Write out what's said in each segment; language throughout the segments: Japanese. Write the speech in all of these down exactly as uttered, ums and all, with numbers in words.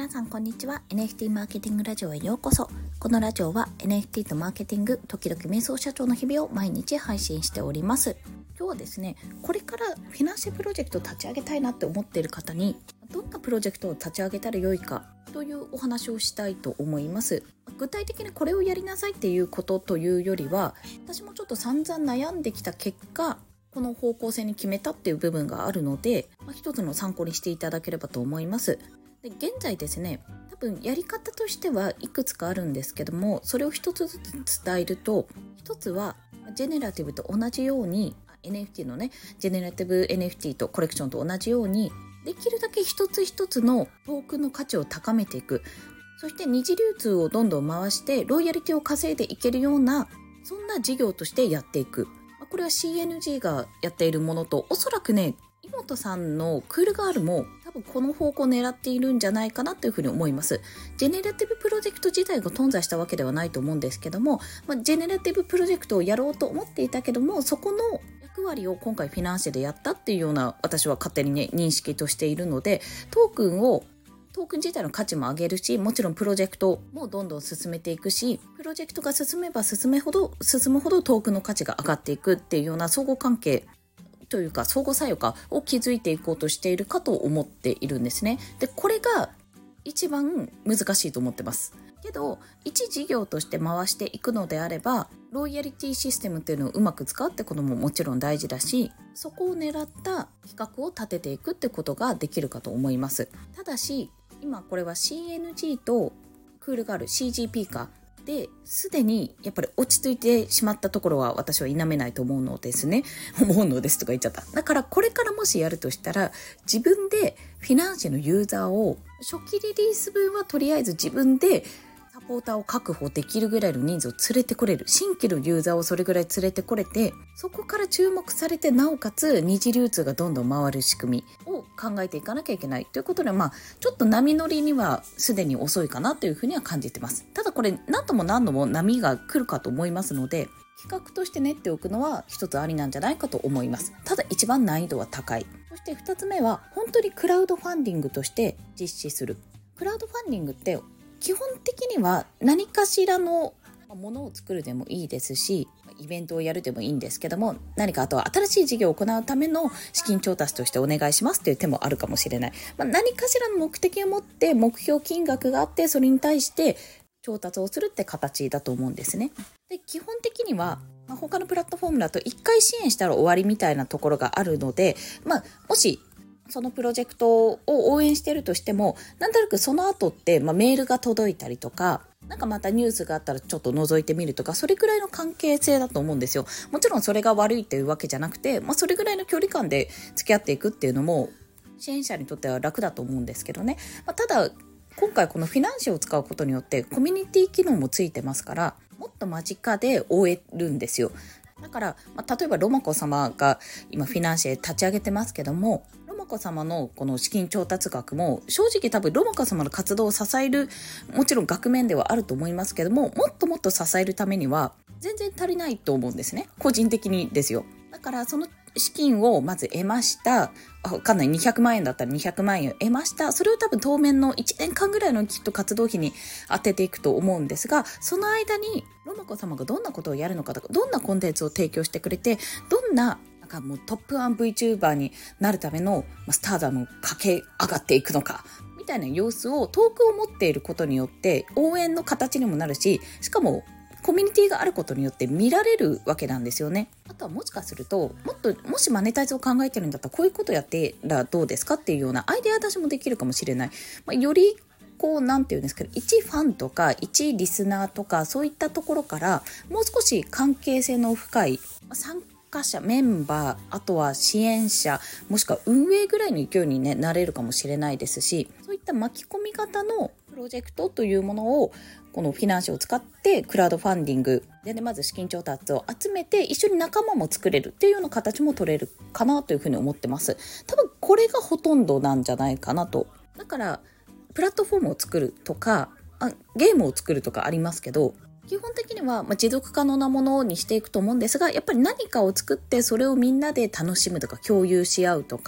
皆さんこんにちは。 エヌエフティー マーケティングラジオへようこそ。このラジオは エヌエフティー とマーケティング、時々瞑想社長の日々を毎日配信しております。今日はですね、これからフィナンシェプロジェクトを立ち上げたいなって思っている方に、どんなプロジェクトを立ち上げたらよいかというお話をしたいと思います。具体的にこれをやりなさいっていうことというよりは、私もちょっと散々悩んできた結果、この方向性に決めたっていう部分があるので、まあ、一つの参考にしていただければと思います。で、現在ですね、多分やり方としてはいくつかあるんですけども、それを一つずつ伝えると、一つはジェネラティブと同じように エヌエフティー のね、ジェネラティブ エヌエフティー とコレクションと同じように、できるだけ一つ一つのトークンの価値を高めていく。そして二次流通をどんどん回してロイヤリティを稼いでいけるような、そんな事業としてやっていく。これは シーエヌジー がやっているものと、おそらくね、井本さんのクールガールも多分この方向を狙っているんじゃないかなというふうに思います。ジェネラティブプロジェクト自体が頓挫したわけではないと思うんですけども、まあ、ジェネラティブプロジェクトをやろうと思っていたけども、そこの役割を今回フィナンシェでやったっていうような、私は勝手にね認識としているので、トークンをトークン自体の価値も上げるし、もちろんプロジェクトもどんどん進めていくし、プロジェクトが進めば進めほど進むほどトークンの価値が上がっていくっていうような相互関係というか相互作用かを築いていこうとしているかと思っているんですね。で、これが一番難しいと思ってますけど、一事業として回していくのであれば、ロイヤリティシステムっていうのをうまく使うってことももちろん大事だし、そこを狙った企画を立てていくってことができるかと思います。ただし今これは シーエヌジー とクールガール シージーピー かですでにやっぱり落ち着いてしまったところは私は否めないと思うのですね。思うのですとか言っちゃった。だからこれからもしやるとしたら、自分でフィナンシェのユーザーを初期リリース分はとりあえず自分でサポーターを確保できるぐらいの人数を連れてこれる、新規のユーザーをそれぐらい連れてこれて、そこから注目されて、なおかつ二次流通がどんどん回る仕組みを考えていかなきゃいけないということで、まあちょっと波乗りにはすでに遅いかなというふうには感じてます。ただこれ何度も何度も波が来るかと思いますので、企画として練っておくのは一つありなんじゃないかと思います。ただ一番難易度は高い。そして二つ目は本当にクラウドファンディングとして実施する。クラウドファンディングって基本的には何かしらのものを作るでもいいですし、イベントをやるでもいいんですけども、何かあとは新しい事業を行うための資金調達としてお願いしますという手もあるかもしれない。まあ、何かしらの目的を持って目標金額があって、それに対して調達をするって形だと思うんですね。で、基本的には、まあ、他のプラットフォームだといっかい支援したら終わりみたいなところがあるので、まあ、もしそのプロジェクトを応援してるとしても、なんとなくその後って、まあ、メールが届いたりとか、なんかまたニュースがあったらちょっと覗いてみるとか、それくらいの関係性だと思うんですよ。もちろんそれが悪いというわけじゃなくて、まあ、それぐらいの距離感で付き合っていくっていうのも支援者にとっては楽だと思うんですけどね。まあ、ただ今回このフィナンシェを使うことによってコミュニティ機能もついてますから、もっと間近で追えるんですよ。だから、まあ、例えばロマコ様が今フィナンシェ立ち上げてますけども、ロマコ様のこの資金調達額も正直多分ロマコ様の活動を支える、もちろん額面ではあると思いますけども、もっともっと支えるためには全然足りないと思うんですね。個人的にですよ。だからその資金をまず得ました。わかんないにひゃくまんえんだったらにひゃくまんえんを得ました。それを多分当面のいちねんかんぐらいのきっと活動費に当てていくと思うんですが、その間にロマコ様がどんなことをやるのかとか、どんなコンテンツを提供してくれて、どんななんかもうトップワン VTuber になるためのスターダムを駆け上がっていくのかみたいな様子を、トークを持っていることによって応援の形にもなるし、しかもコミュニティがあることによって見られるわけなんですよね。あとはもしかすると、もっともしマネタイズを考えてるんだったらこういうことやってらどうですかっていうようなアイデア出しもできるかもしれない。まあ、よりこうなんていうんですけど、一ファンとか一リスナーとかそういったところからもう少し関係性の深い参加者、メンバー、あとは支援者、もしくは運営ぐらいの勢いに、ね、なれるかもしれないですし、そういった巻き込み型のプロジェクトというものをこのフィナンシェを使ってクラウドファンディングで、ね、まず資金調達を集めて一緒に仲間も作れるっていうような形も取れるかなというふうに思ってます。多分これがほとんどなんじゃないかなと。だからプラットフォームを作るとかあゲームを作るとかありますけど、基本的にはまあ持続可能なものにしていくと思うんですが、やっぱり何かを作ってそれをみんなで楽しむとか共有し合うとか、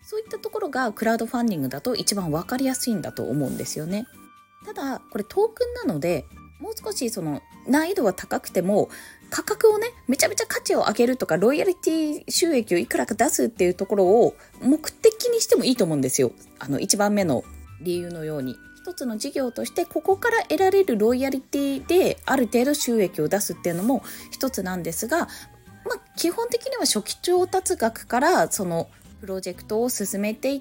そういったところがクラウドファンディングだと一番わかりやすいんだと思うんですよね。ただこれトークンなので、もう少しその難易度は高くても価格をねめちゃめちゃ価値を上げるとか、ロイヤリティ収益をいくらか出すっていうところを目的にしてもいいと思うんですよ。あのいちばんめの理由のように、一つの事業としてここから得られるロイヤリティである程度収益を出すっていうのも一つなんですが、まあ、基本的には初期調達額からそのプロジェクトを進めていって、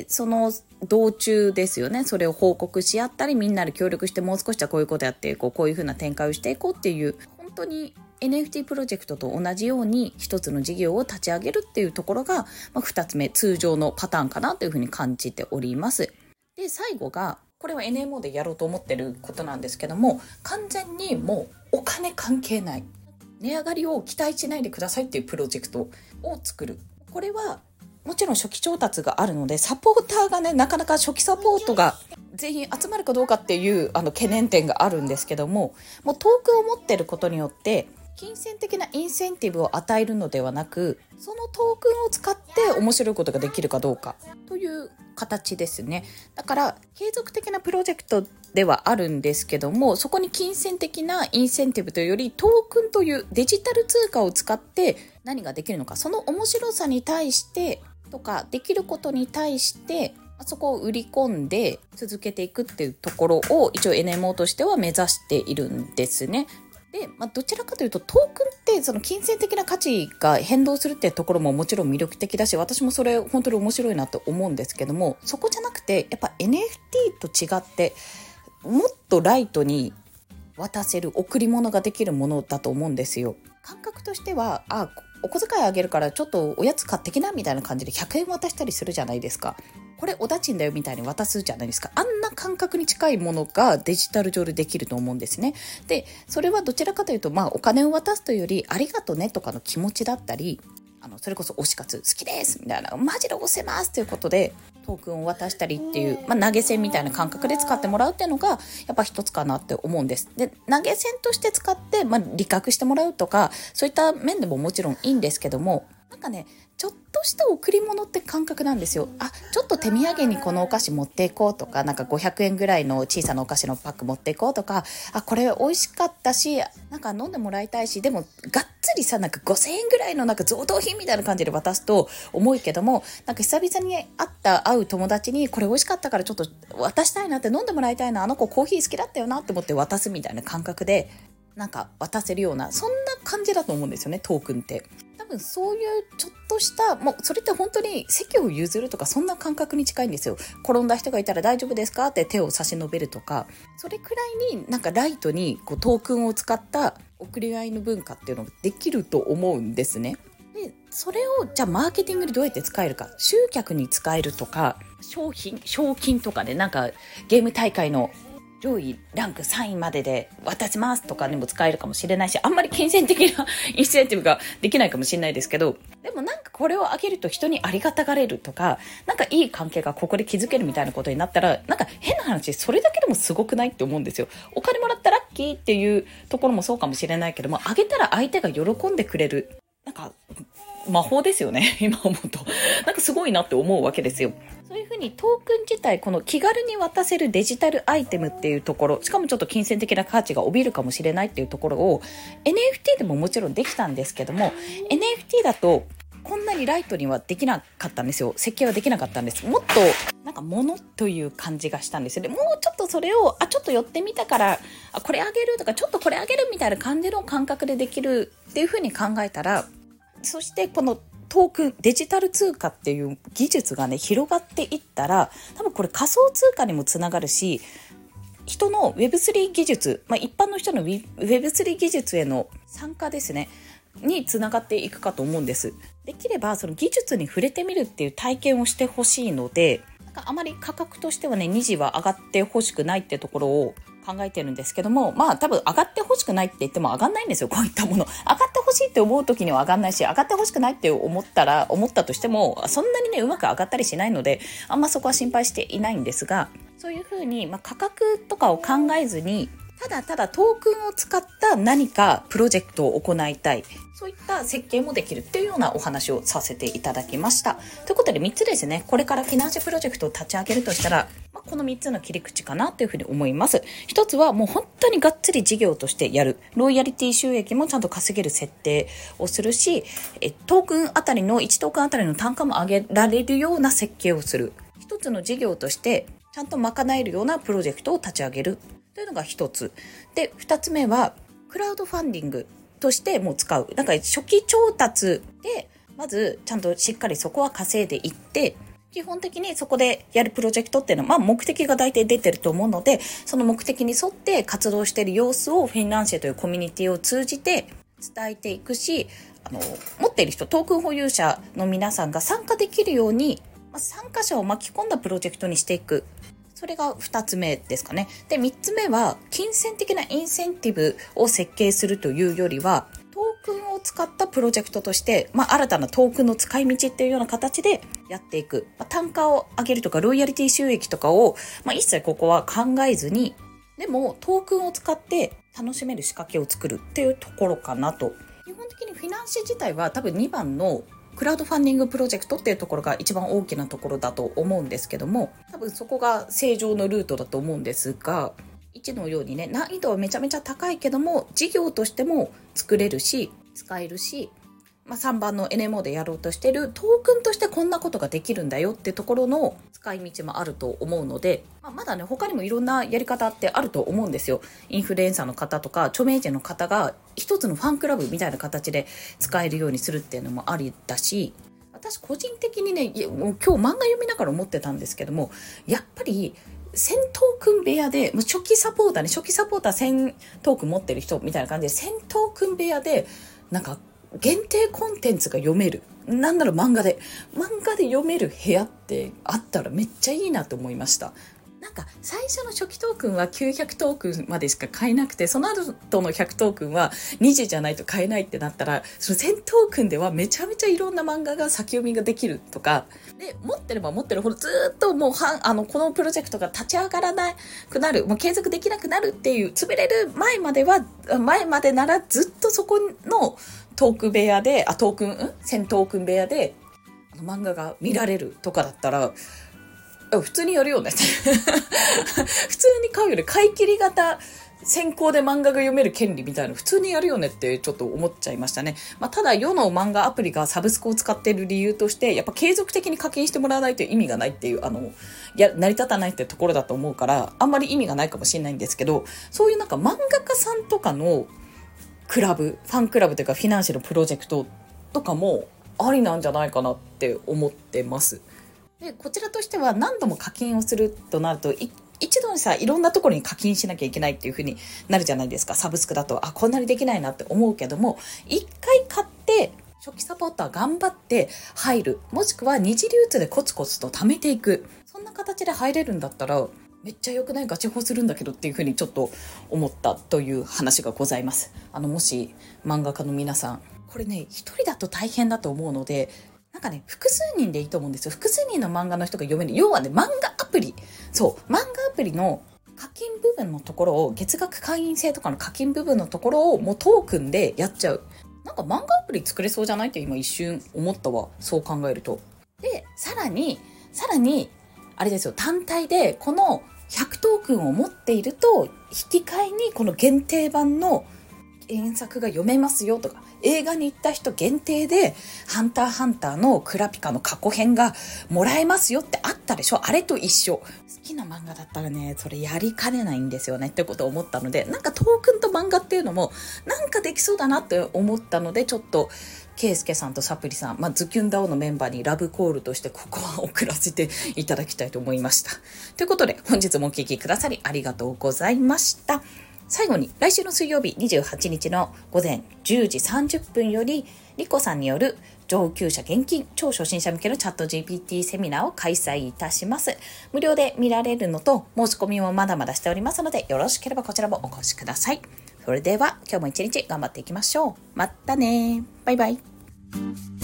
その道中ですよね、それを報告し合ったり、みんなで協力してもう少しはこういうことやっていこう、こういう風な展開をしていこうっていう、本当に エヌエフティー プロジェクトと同じように一つの事業を立ち上げるっていうところが、まあ、ふたつめ通常のパターンかなというふうに感じております。で最後が、これは エヌエムオー でやろうと思ってることなんですけども、完全にもうお金関係ない、値上がりを期待しないでくださいっていうプロジェクトを作る。これはもちろん初期調達があるので、サポーターがねなかなか初期サポートが全員集まるかどうかっていうあの懸念点があるんですけども、もうトークンを持ってることによって金銭的なインセンティブを与えるのではなく、そのトークンを使って面白いことができるかどうかという形ですね。だから継続的なプロジェクトではあるんですけども、そこに金銭的なインセンティブというより、トークンというデジタル通貨を使って何ができるのか、その面白さに対してとかできることに対してそこを売り込んで続けていくっていうところを一応 エヌエムオー としては目指しているんですね。で、まあ、どちらかというとトークンってその金銭的な価値が変動するっていうところももちろん魅力的だし、私もそれ本当に面白いなと思うんですけども、そこじゃなくてやっぱ エヌエフティー と違ってもっとライトに渡せる贈り物ができるものだと思うんですよ。感覚としては、あ、お小遣いあげるからちょっとおやつ買ってきなみたいな感じでひゃくえん渡したりするじゃないですか。これおだちんだよみたいに渡すじゃないですか。あんな感覚に近いものがデジタル上でできると思うんですね。でそれはどちらかというと、まあ、お金を渡すというよりありがとねとかの気持ちだったり、あのそれこそ推し活好きですみたいな、マジで推せますということでトークンを渡したりっていう、まあ、投げ銭みたいな感覚で使ってもらうっていうのがやっぱ一つかなって思うんです。で投げ銭として使って、まあ、利確してもらうとかそういった面でももちろんいいんですけども、なんかねちょっとした贈り物って感覚なんですよ。あ、ちょっと手土産にこのお菓子持っていこうとか、なんかごひゃくえんぐらいの小さなお菓子のパック持っていこうとか、あ、これ美味しかったしなんか飲んでもらいたいし、でもがっつりさなんかごせんえんぐらいのなんか贈答品みたいな感じで渡すと重いけども、なんか久々に会った会う友達にこれ美味しかったからちょっと渡したいなって、飲んでもらいたいな、あの子コーヒー好きだったよなって思って渡すみたいな感覚でなんか渡せるような、そんな感じだと思うんですよね、トークンって。多分そういうちょっとしたもうそれって本当に席を譲るとかそんな感覚に近いんですよ。転んだ人がいたら大丈夫ですかって手を差し伸べるとか、それくらいになんかライトにこうトークンを使った贈り合いの文化っていうのができると思うんですね。でそれをじゃあマーケティングでどうやって使えるか、集客に使えるとか、商品賞金とかでなんかゲーム大会の上位ランクさんいまでで渡しますとかにも使えるかもしれないし、あんまり金銭的なインセンティブができないかもしれないですけど、でもなんかこれをあげると人にありがたがれるとか、なんかいい関係がここで築けるみたいなことになったら、なんか変な話それだけでもすごくないって思うんですよ。お金もらったらラッキーっていうところもそうかもしれないけども、あげたら相手が喜んでくれる、なんか魔法ですよね今思うとなんかすごいなって思うわけですよ。そういうふうにトークン自体、この気軽に渡せるデジタルアイテムっていうところ、しかもちょっと金銭的な価値が帯びるかもしれないっていうところを エヌエフティー でももちろんできたんですけども、 エヌエフティー だとこんなにライトにはできなかったんですよ。設計はできなかったんです。もっとなんか物という感じがしたんですよね。もうちょっとそれをあちょっと寄ってみたからあこれあげるとか、ちょっとこれあげるみたいな感じの感覚でできるっていうふうに考えたら、そしてこのトークンデジタル通貨っていう技術がね広がっていったら、多分これ仮想通貨にもつながるし、人の ウェブスリー 技術、まあ、一般の人の ウェブスリー 技術への参加ですねにつながっていくかと思うんです。できればその技術に触れてみるっていう体験をしてほしいので、なんかあまり価格としてはねにじは上がってほしくないってところを考えてるんですけども、まあ多分上がってほしくないって言っても上がんないんですよ。こういったもの上がってほしいって思う時には上がんないし、上がってほしくないって思ったら思ったとしてもそんなにねうまく上がったりしないので、あんまそこは心配していないんですが、そういうふうに、まあ、価格とかを考えずに、 ただただトークンを使った何かプロジェクトを行いたい、そういった設計もできるっていうようなお話をさせていただきました。ということでみっつですね、これからフィナンシェプロジェクトを立ち上げるとしたら、まあ、このみっつの切り口かなというふうに思います。ひとつはもう本当にがっつり事業としてやる、ロイヤリティ収益もちゃんと稼げる設定をするし、えトークンあたりのいちトークンあたりの単価も上げられるような設計をする、一つの事業としてちゃんと賄えるようなプロジェクトを立ち上げるというのが一つで、二つ目はクラウドファンディングとしてもう使う。なんか初期調達でまずちゃんとしっかりそこは稼いでいって、基本的にそこでやるプロジェクトっていうのは、まあ、目的が大体出てると思うので、その目的に沿って活動している様子をフィナンシェというコミュニティを通じて伝えていくし、あの持っている人、トークン保有者の皆さんが参加できるように、まあ、参加者を巻き込んだプロジェクトにしていく。それがふたつめですかね。で、みっつめは金銭的なインセンティブを設計するというよりは、トークンを使ったプロジェクトとして、まあ、新たなトークンの使い道っていうような形でやっていく。まあ、単価を上げるとかロイヤリティ収益とかを、まあ、一切ここは考えずに、でもトークンを使って楽しめる仕掛けを作るっていうところかなと。基本的にフィナンシェ自体は多分にばんのクラウドファンディングプロジェクトっていうところが一番大きなところだと思うんですけども、多分そこが正常のルートだと思うんですが、いちのようにね、難易度はめちゃめちゃ高いけども事業としても作れるし使えるし、まあ、さんばんの エヌエムオー でやろうとしているトークンとしてこんなことができるんだよってところの使い道もあると思うので、まあ、まだね他にもいろんなやり方ってあると思うんですよ。インフルエンサーの方とか著名人の方が一つのファンクラブみたいな形で使えるようにするっていうのもありだし、私個人的にね、もう今日漫画読みながら思ってたんですけども、やっぱりせんトークン部屋で初期サポーターね、初期サポーターせんトークン持ってる人みたいな感じでせんトークン部屋でなんか限定コンテンツが読める、なんだろう、漫画で漫画で読める部屋ってあったらめっちゃいいなと思いました。なんか最初の初期トークンはきゅうひゃくトークンまでしか買えなくて、その後のひゃくトークンはにじじゃないと買えないってなったら、そのせんトークンではめちゃめちゃいろんな漫画が先読みができるとかで、持ってれば持ってるほどずっともうはあのこのプロジェクトが立ち上がらなくなる、もう継続できなくなるっていう、潰れる前までは前までならずっとそこのトーク部屋であトークン、んせんトークン部屋であの漫画が見られるとかだったら普通にやるよね普通に買うよね。買い切り型先行で漫画が読める権利みたいな普通にやるよねってちょっと思っちゃいましたね。まあ、ただ世の漫画アプリがサブスクを使っている理由として、やっぱ継続的に課金してもらわないと意味がないっていう、あのや成り立たないってところだと思うから、あんまり意味がないかもしれないんですけど、そういうなんか漫画家さんとかのクラブ、ファンクラブというかフィナンシェのプロジェクトとかもありなんじゃないかなって思ってます。でこちらとしては何度も課金をするとなると、い一度にさいろんなところに課金しなきゃいけないっていう風になるじゃないですか。サブスクだとあこんなにできないなって思うけども、一回買って初期サポーター頑張って入る、もしくは二次流通でコツコツと貯めていく、そんな形で入れるんだったらめっちゃ良くない？ガチホするんだけどっていう風にちょっと思ったという話がございます。あのもし漫画家の皆さん、これね一人だと大変だと思うので、なんかね複数人でいいと思うんですよ。複数人の漫画の人が読める、要はね漫画アプリ、そう漫画アプリの課金部分のところを、月額会員制とかの課金部分のところをもうトークンでやっちゃう。なんか漫画アプリ作れそうじゃないって今一瞬思ったわ、そう考えると。でさらにさらにあれですよ、単体でこのひゃくトークンを持っていると引き換えにこの限定版の原作が読めますよとか、映画に行った人限定でハンターハンターのクラピカの過去編がもらえますよってあったでしょ。あれと一緒。好きな漫画だったらねそれやりかねないんですよねってことを思ったので、なんかトークンと漫画っていうのもなんかできそうだなって思ったので、ちょっとケイスケさんとサプリさん、まあ、ズキュンダオのメンバーにラブコールとしてここは送らせていただきたいと思いました。ということで本日もお聞きくださりありがとうございました。最後に来週の水曜日にじゅうはちにちの午前じゅうじさんじゅっぷんよりリコさんによる上級者現金超初心者向けのチャット ジーピーティー セミナーを開催いたします。無料で見られるのと申し込みもまだまだしておりますので、よろしければこちらもお越しください。それでは今日も一日頑張っていきましょう。またね。バイバイ。